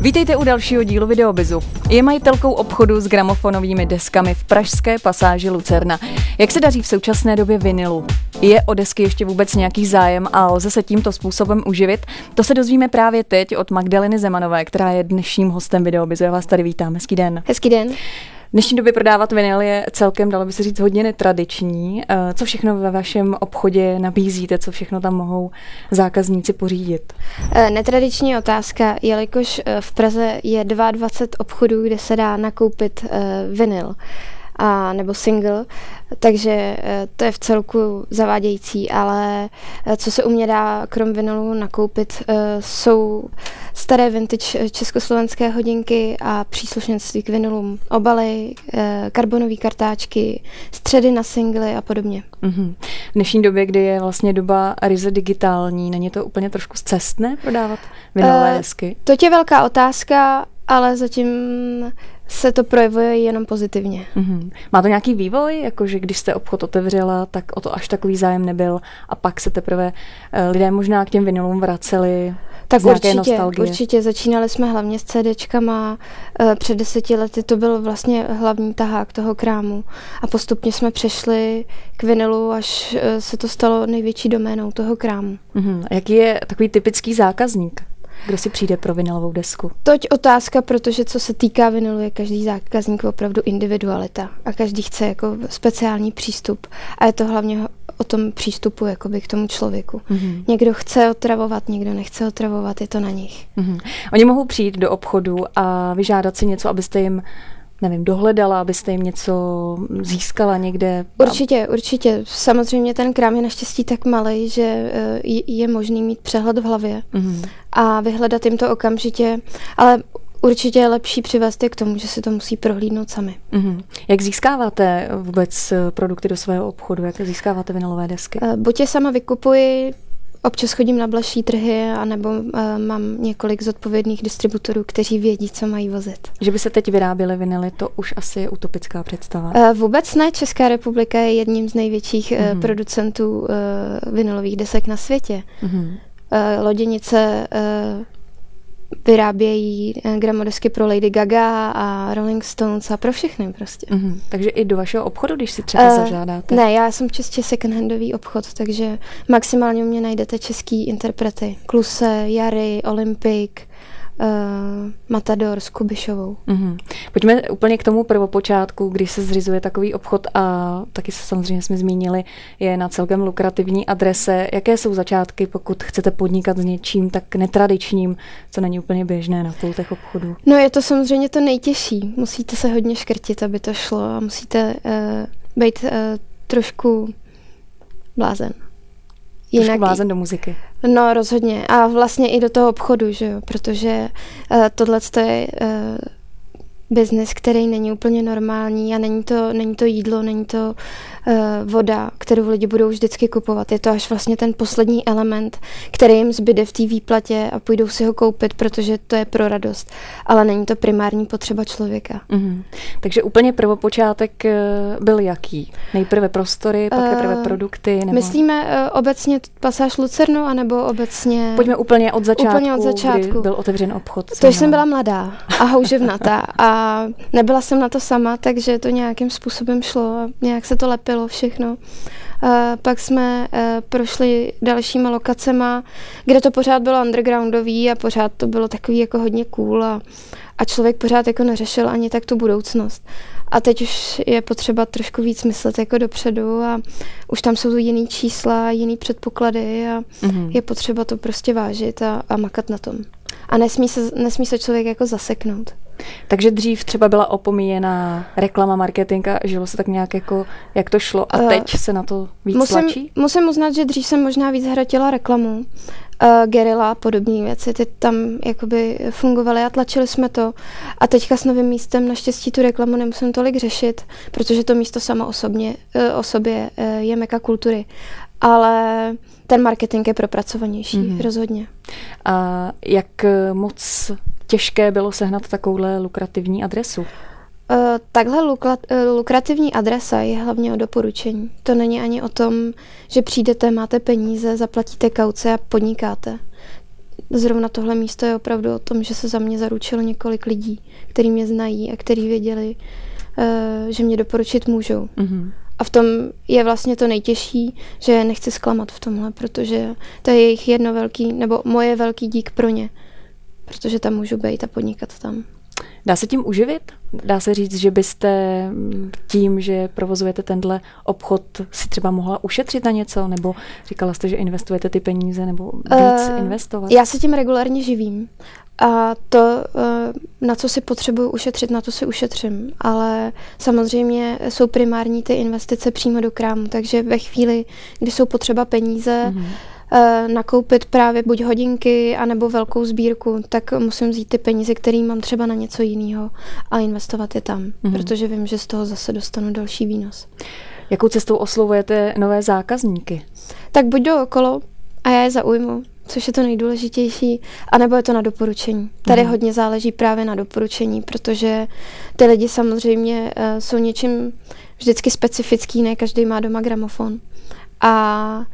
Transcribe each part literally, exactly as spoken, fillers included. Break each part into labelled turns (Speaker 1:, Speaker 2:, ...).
Speaker 1: Vítejte u dalšího dílu Videobizu. Je majitelkou obchodu s gramofonovými deskami v pražské pasáži Lucerna. Jak se daří v současné době vinilu? Je o desky ještě vůbec nějaký zájem a lze se tímto způsobem uživit? To se dozvíme právě teď od Magdaleny Zemanové, která je dnešním hostem Videobizu. Já vás tady vítám. Hezký den.
Speaker 2: Hezký den.
Speaker 1: V dnešní době prodávat vinyl je celkem, dalo by se říct, hodně netradiční. Co všechno ve vašem obchodě nabízíte, co všechno tam mohou zákazníci pořídit?
Speaker 2: Netradiční otázka, jelikož v Praze je dvacet dva obchodů, kde se dá nakoupit vinyl a nebo single, takže to je v celku zavádějící, ale co se u mě dá krom vinylu nakoupit, jsou staré vintage československé hodinky a příslušenství k vinylům, obaly, karbonové kartáčky, středy na singly a podobně.
Speaker 1: Mm-hmm. V dnešní době, kdy je vlastně doba ryze digitální, není to úplně trošku scestné prodávat vinylové desky?
Speaker 2: Uh, to je velká otázka, ale zatím se to projevuje jenom pozitivně.
Speaker 1: Mm-hmm. Má to nějaký vývoj, jakože když jste obchod otevřela, tak o to až takový zájem nebyl a pak se teprve lidé možná k těm vinylům vraceli
Speaker 2: tak
Speaker 1: z nějaké
Speaker 2: určitě,
Speaker 1: nostalgie?
Speaker 2: Určitě. Začínali jsme hlavně s CDčkama. Před deseti lety to byl vlastně hlavní tahák toho krámu a postupně jsme přešli k vinylu, až se to stalo největší doménou toho krámu.
Speaker 1: Mm-hmm. Jaký je takový typický zákazník? Kdo si přijde pro vinylovou desku?
Speaker 2: Toť otázka, protože co se týká vinylu, je každý zákazník opravdu individualita a každý chce jako speciální přístup a je to hlavně o tom přístupu jakoby k tomu člověku. Mm-hmm. Někdo chce otravovat, někdo nechce otravovat, je to na nich.
Speaker 1: Mm-hmm. Oni mohou přijít do obchodu a vyžádat si něco, abyste jim nevím, dohledala, abyste jim něco získala někde?
Speaker 2: Určitě, určitě. Samozřejmě ten krám je naštěstí tak malej, že je možný mít přehled v hlavě mm-hmm. a vyhledat jim to okamžitě, ale určitě je lepší přivést je k tomu, že si to musí prohlídnout sami. Mm-hmm.
Speaker 1: Jak získáváte vůbec produkty do svého obchodu? Jak získáváte vinylové desky?
Speaker 2: Buď je sama vykupuji, občas chodím na bližší trhy, anebo uh, mám několik zodpovědných distributorů, kteří vědí, co mají vozit.
Speaker 1: Že by se teď vyráběly vinily, to už asi je utopická představa.
Speaker 2: Uh, vůbec ne. Česká republika je jedním z největších mm-hmm. uh, producentů uh, vinylových desek na světě. Mm-hmm. Uh, Loděnice uh, vyrábějí gramodesky pro Lady Gaga a Rolling Stones a pro všechny prostě.
Speaker 1: Mm-hmm. Takže i do vašeho obchodu, když si třeba uh, zažádáte?
Speaker 2: Ne, já jsem čistě second-handový obchod, takže maximálně u mě najdete český interprety. Kluse, Jary, Olympic, uh, Matador s Kubišovou.
Speaker 1: Mm-hmm. Pojďme úplně k tomu prvopočátku, když se zřizuje takový obchod a taky se samozřejmě jsme zmínili, je na celkem lukrativní adrese. Jaké jsou začátky, pokud chcete podnikat s něčím tak netradičním, co není úplně běžné na pultech obchodů?
Speaker 2: No je to samozřejmě to nejtěžší. Musíte se hodně škrtit, aby to šlo a musíte uh, být uh, trošku blázen.
Speaker 1: Jinak trošku blázen do muziky.
Speaker 2: No rozhodně a vlastně i do toho obchodu, že jo, protože uh, tohle je uh, biznis, který není úplně normální a není to, není to jídlo, není to uh, voda, kterou lidi budou vždycky kupovat. Je to až vlastně ten poslední element, který jim zbyde v té výplatě a půjdou si ho koupit, protože to je pro radost. Ale není to primární potřeba člověka. Mm-hmm.
Speaker 1: Takže úplně prvopočátek byl jaký? Nejprve prostory, pak teprve uh, produkty? Nebo...
Speaker 2: Myslíme uh, obecně pasáž Lucernu, anebo obecně...
Speaker 1: Pojďme úplně od začátku,
Speaker 2: úplně od začátku.
Speaker 1: Kdy byl otevřen obchod.
Speaker 2: To jsem byla mladá a houževnatá a nebyla jsem na to sama, takže to nějakým způsobem šlo a nějak se to lepilo všechno. A pak jsme uh, prošli dalšíma lokacema, kde to pořád bylo undergroundový a pořád to bylo takový jako hodně cool a, a člověk pořád jako neřešil ani tak tu budoucnost. A teď už je potřeba trošku víc myslet jako dopředu a už tam jsou jiný čísla, jiný předpoklady a mm-hmm. je potřeba to prostě vážit a, a makat na tom. A nesmí se, nesmí se člověk jako zaseknout.
Speaker 1: Takže dřív třeba byla opomíjená reklama, marketing a žilo se tak nějak jako, jak to šlo a teď se na to víc
Speaker 2: musím,
Speaker 1: tlačí?
Speaker 2: Musím uznat, že dřív jsem možná víc hratila reklamu. Uh, Gerilla a podobné věci, ty tam jakoby fungovaly a tlačili jsme to. A teďka s novým místem naštěstí tu reklamu nemusím tolik řešit, protože to místo samo osobně, uh, o sobě uh, je meka kultury. Ale ten marketing je propracovanější, mm-hmm. rozhodně.
Speaker 1: A jak moc těžké bylo sehnat takovouhle lukrativní adresu? Uh,
Speaker 2: takhle lukla, uh, lukrativní adresa je hlavně o doporučení. To není ani o tom, že přijdete, máte peníze, zaplatíte kauce a podnikáte. zrovna tohle místo je opravdu o tom, že se za mě zaručilo několik lidí, který mě znají a který věděli, že mě doporučit můžou. Mm-hmm. A v tom je vlastně to nejtěžší, že nechci zklamat v tomhle, protože to je jejich jedno velký, nebo moje velký dík pro ně, protože tam můžu být a podnikat tam.
Speaker 1: Dá se tím uživit? Dá se říct, že byste tím, že provozujete tenhle obchod, si třeba mohla ušetřit na něco? Nebo říkala jste, že investujete ty peníze, nebo víc uh, investovat?
Speaker 2: Já se tím regulárně živím. A to, na co si potřebuju ušetřit, na to si ušetřím. Ale samozřejmě jsou primární ty investice přímo do krámu. Takže ve chvíli, kdy jsou potřeba peníze, mm-hmm. nakoupit právě buď hodinky, anebo velkou sbírku, tak musím vzít ty peníze, které mám třeba na něco jiného a investovat je tam, mm-hmm. protože vím, že z toho zase dostanu další výnos.
Speaker 1: Jakou cestou oslovujete nové zákazníky?
Speaker 2: Tak buď do okolo a já je zaujmu, což je to nejdůležitější, anebo je to na doporučení. Tady mm-hmm. hodně záleží právě na doporučení, protože ty lidi samozřejmě uh, jsou něčím vždycky specifický, ne každý má doma gramofon. A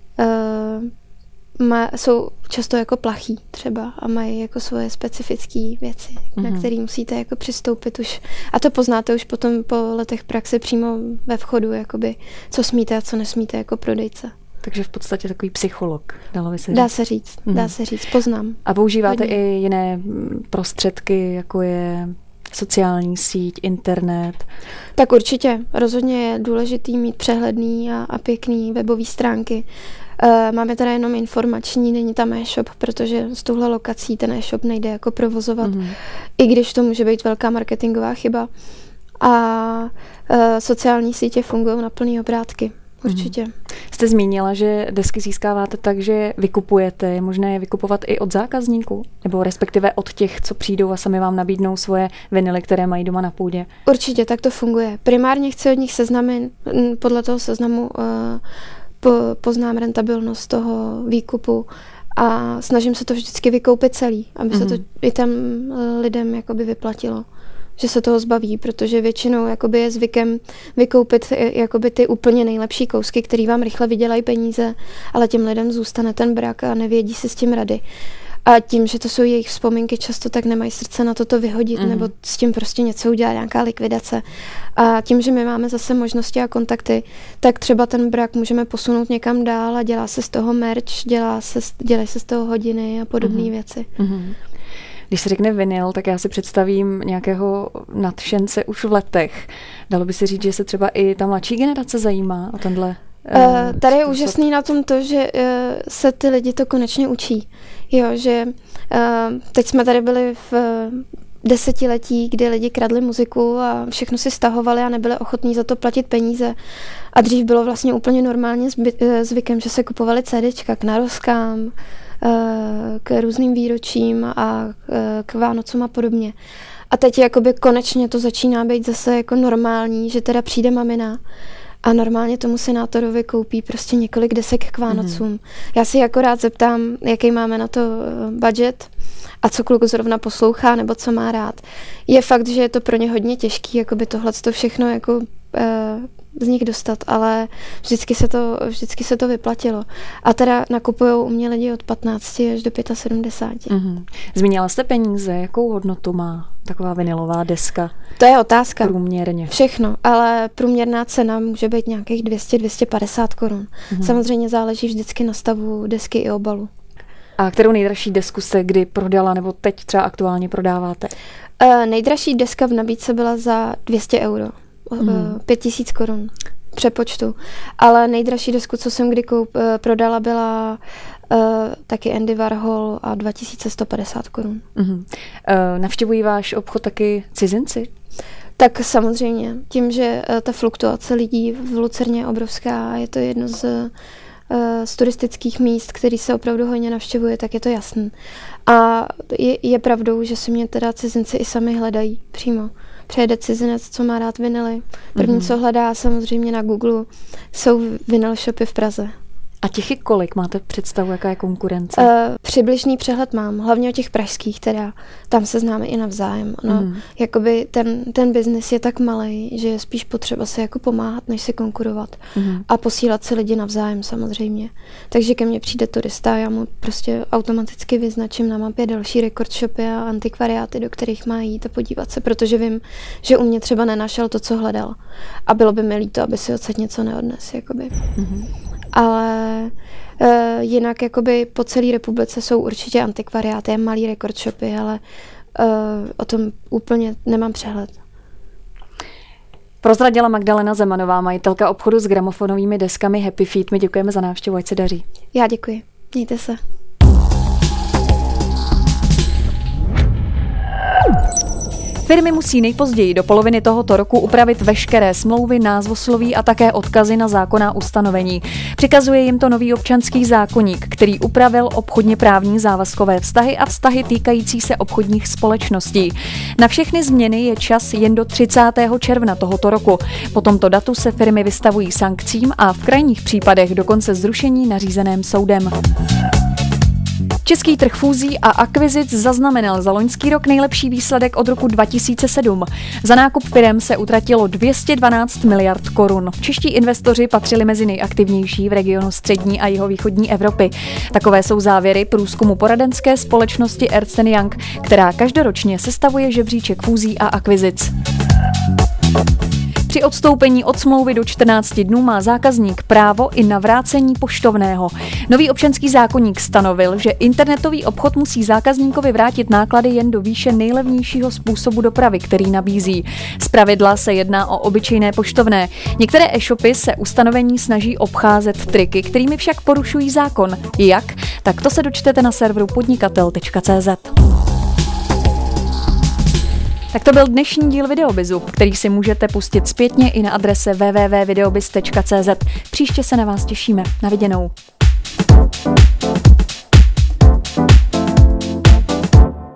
Speaker 2: Uh, má, jsou často jako plachý třeba a mají jako svoje specifické věci, mm-hmm. na které musíte jako přistoupit už. A to poznáte už potom po letech praxe přímo ve vchodu, jakoby, co smíte a co nesmíte jako prodejce.
Speaker 1: Takže v podstatě takový psycholog, dalo by se říct.
Speaker 2: Dá se říct, mm-hmm. dá se říct, poznám.
Speaker 1: A používáte hodně i jiné prostředky, jako je sociální síť, internet?
Speaker 2: Tak určitě. Rozhodně je důležitý mít přehledný a, a pěkný webové stránky. E, máme teda jenom informační, není tam e-shop, protože s touhle lokací ten e-shop nejde jako provozovat, mm-hmm. i když to může být velká marketingová chyba. A e, sociální sítě fungují na plný obrátky. Určitě. Hmm.
Speaker 1: Jste zmínila, že desky získáváte tak, že vykupujete. Je možné je vykupovat i od zákazníků? Nebo respektive od těch, co přijdou a sami vám nabídnou svoje vinily, které mají doma na půdě?
Speaker 2: Určitě, tak to funguje. Primárně chci od nich seznamy, podle toho seznamu uh, po, poznám rentabilnost toho výkupu a snažím se to vždycky vykoupit celý, aby hmm. se to i tam uh, lidem jakoby vyplatilo. Že se toho zbaví, protože většinou jakoby je zvykem vykoupit jakoby ty úplně nejlepší kousky, který vám rychle vydělají peníze, ale těm lidem zůstane ten brak a nevědí si s tím rady. A tím, že to jsou jejich vzpomínky, často tak nemají srdce na to to vyhodit, mm. nebo s tím prostě něco udělat, nějaká likvidace. A tím, že my máme zase možnosti a kontakty, tak třeba ten brak můžeme posunout někam dál a dělá se z toho merch, dělá se, dělají se z toho hodiny a podobné mm. věci. Mm.
Speaker 1: Když se řekne vinyl, tak já si představím nějakého nadšence už v letech. Dalo by se říct, že se třeba i ta mladší generace zajímá o tenhle
Speaker 2: uh, Tady je úžasný na tom to, že uh, se ty lidi to konečně učí. Jo, že uh, teď jsme tady byli v uh, desetiletí, kdy lidi kradli muziku a všechno si stahovali a nebyli ochotní za to platit peníze. A dřív bylo vlastně úplně normálně zvykem, že se kupovali CDčka k narozkám, k různým výročím a k Vánocům a podobně. A teď jakoby konečně to začíná být zase jako normální, že teda přijde mamina a normálně tomu senátorovi koupí prostě několik desek k Vánocům. Mm. Já si akorát zeptám, jaký máme na to budget a co kluk zrovna poslouchá nebo co má rád. Je fakt, že je to pro ně hodně těžký, jakoby tohleto všechno jako z nich dostat, ale vždycky se to, vždycky se to vyplatilo. A teda nakupujou u mě lidi od patnácti až do sedmdesáti pěti. Mm-hmm.
Speaker 1: Zmínila jste peníze, jakou hodnotu má taková vinylová deska?
Speaker 2: To je otázka.
Speaker 1: Průměrně.
Speaker 2: Všechno, ale průměrná cena může být nějakých dvě stě až dvě stě padesát korun. Mm-hmm. Samozřejmě záleží vždycky na stavu desky i obalu.
Speaker 1: A kterou nejdražší desku jste kdy prodala, nebo teď třeba aktuálně prodáváte?
Speaker 2: Uh, nejdražší deska v nabídce byla za dvě stě euro. Mm. Pět tisíc korun přepočtu. Ale nejdražší desku, co jsem kdy koup, prodala, byla uh, taky Andy Warhol a dva tisíce sto padesát korun. Mm. Uh,
Speaker 1: navštěvují váš obchod taky cizinci?
Speaker 2: Tak samozřejmě. Tím, že uh, ta fluktuace lidí v Lucerně je obrovská, je to jedno z, uh, z turistických míst, který se opravdu hodně navštěvuje, tak je to jasný. A je, je pravdou, že si mě teda cizinci i sami hledají přímo. Přejede cizinec, co má rád vinily. První, mm-hmm. co hledá samozřejmě na Google, jsou vinyl shopy v Praze.
Speaker 1: A těch je kolik? Máte představu, jaká je konkurence?
Speaker 2: Uh, přibližný přehled mám, hlavně o těch pražských teda. Tam se známe i navzájem. No, mm. Jakoby ten, ten biznis je tak malej, že je spíš potřeba se jako pomáhat, než se konkurovat. Mm. A posílat si lidi navzájem samozřejmě. Takže ke mně přijde turista, já mu prostě automaticky vyznačím na mapě další record shopy a antikvariáty, do kterých má jít a podívat se, protože vím, že u mě třeba nenašel to, co hledal. A bylo by mi líto, aby si odsud něco neodnesl. Jakoby. Mm. Ale uh, jinak jakoby po celé republice jsou určitě antikvariáty, malý record shopy, ale uh, o tom úplně nemám přehled.
Speaker 1: Prozradila Magdalena Zemanová, majitelka obchodu s gramofonovými deskami Happy Feet. My děkujeme za návštěvu, ať se daří.
Speaker 2: Já děkuji. Mějte se.
Speaker 1: Firmy musí nejpozději do poloviny tohoto roku upravit veškeré smlouvy, názvosloví a také odkazy na zákonná ustanovení. Přikazuje jim to nový občanský zákoník, který upravil obchodně právní závazkové vztahy a vztahy týkající se obchodních společností. Na všechny změny je čas jen do třicátého června tohoto roku. Po tomto datu se firmy vystavují sankcím a v krajních případech dokonce zrušení nařízeném soudem. Český trh fúzí a akvizic zaznamenal za loňský rok nejlepší výsledek od roku dva tisíce sedm. Za nákup firem se utratilo dvě stě dvanáct miliard korun. Čeští investoři patřili mezi nejaktivnější v regionu střední a jihovýchodní Evropy. Takové jsou závěry průzkumu poradenské společnosti Ernst and Young, která každoročně sestavuje žebříček fúzí a akvizic. Při odstoupení od smlouvy do čtrnácti dnů má zákazník právo i na vrácení poštovného. Nový občanský zákoník stanovil, že internetový obchod musí zákazníkovi vrátit náklady jen do výše nejlevnějšího způsobu dopravy, který nabízí. Zpravidla se jedná o obyčejné poštovné. Některé e-shopy se ustanovení snaží obcházet triky, kterými však porušují zákon. Jak? Tak to se dočtete na serveru podnikatel tečka cé zet. Tak to byl dnešní díl Videobizu, který si můžete pustit zpětně i na adrese w w w tečka videobiz tečka cé zet. Příště se na vás těšíme. Na viděnou.